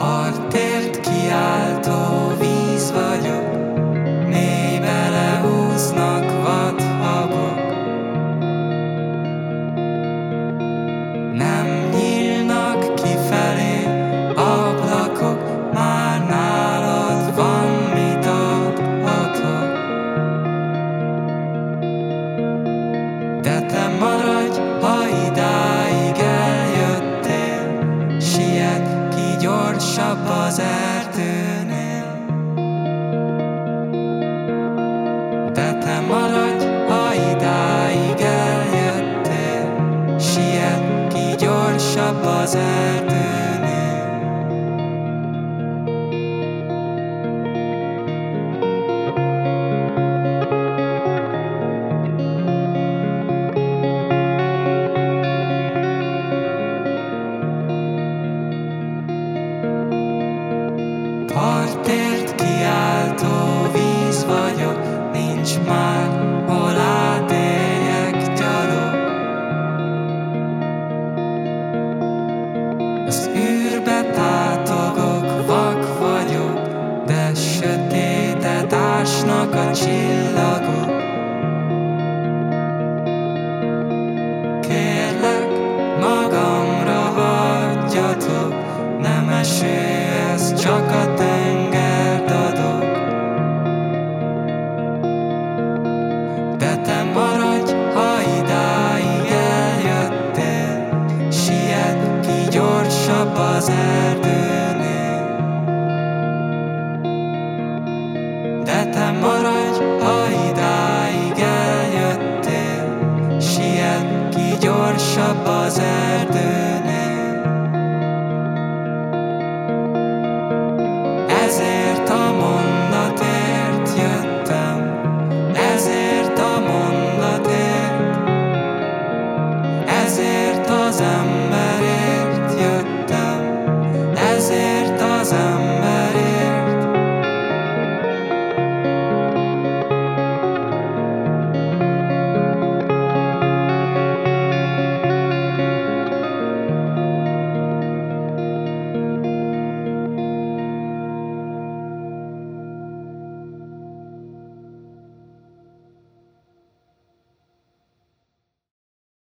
Partért kiáltó víz vagyok, mélybe lehúznak vadhabok. Nem nyílnak kifelé ablakok, már nálad van, mit adhatok. De te maradj, ha idáig eljöttél, siet ki gyorsabb az erdőnél. De te maradj, ha idáig eljöttél, siet ki gyorsabb az erdőnél. Partért kiáltó víz vagyok, nincs már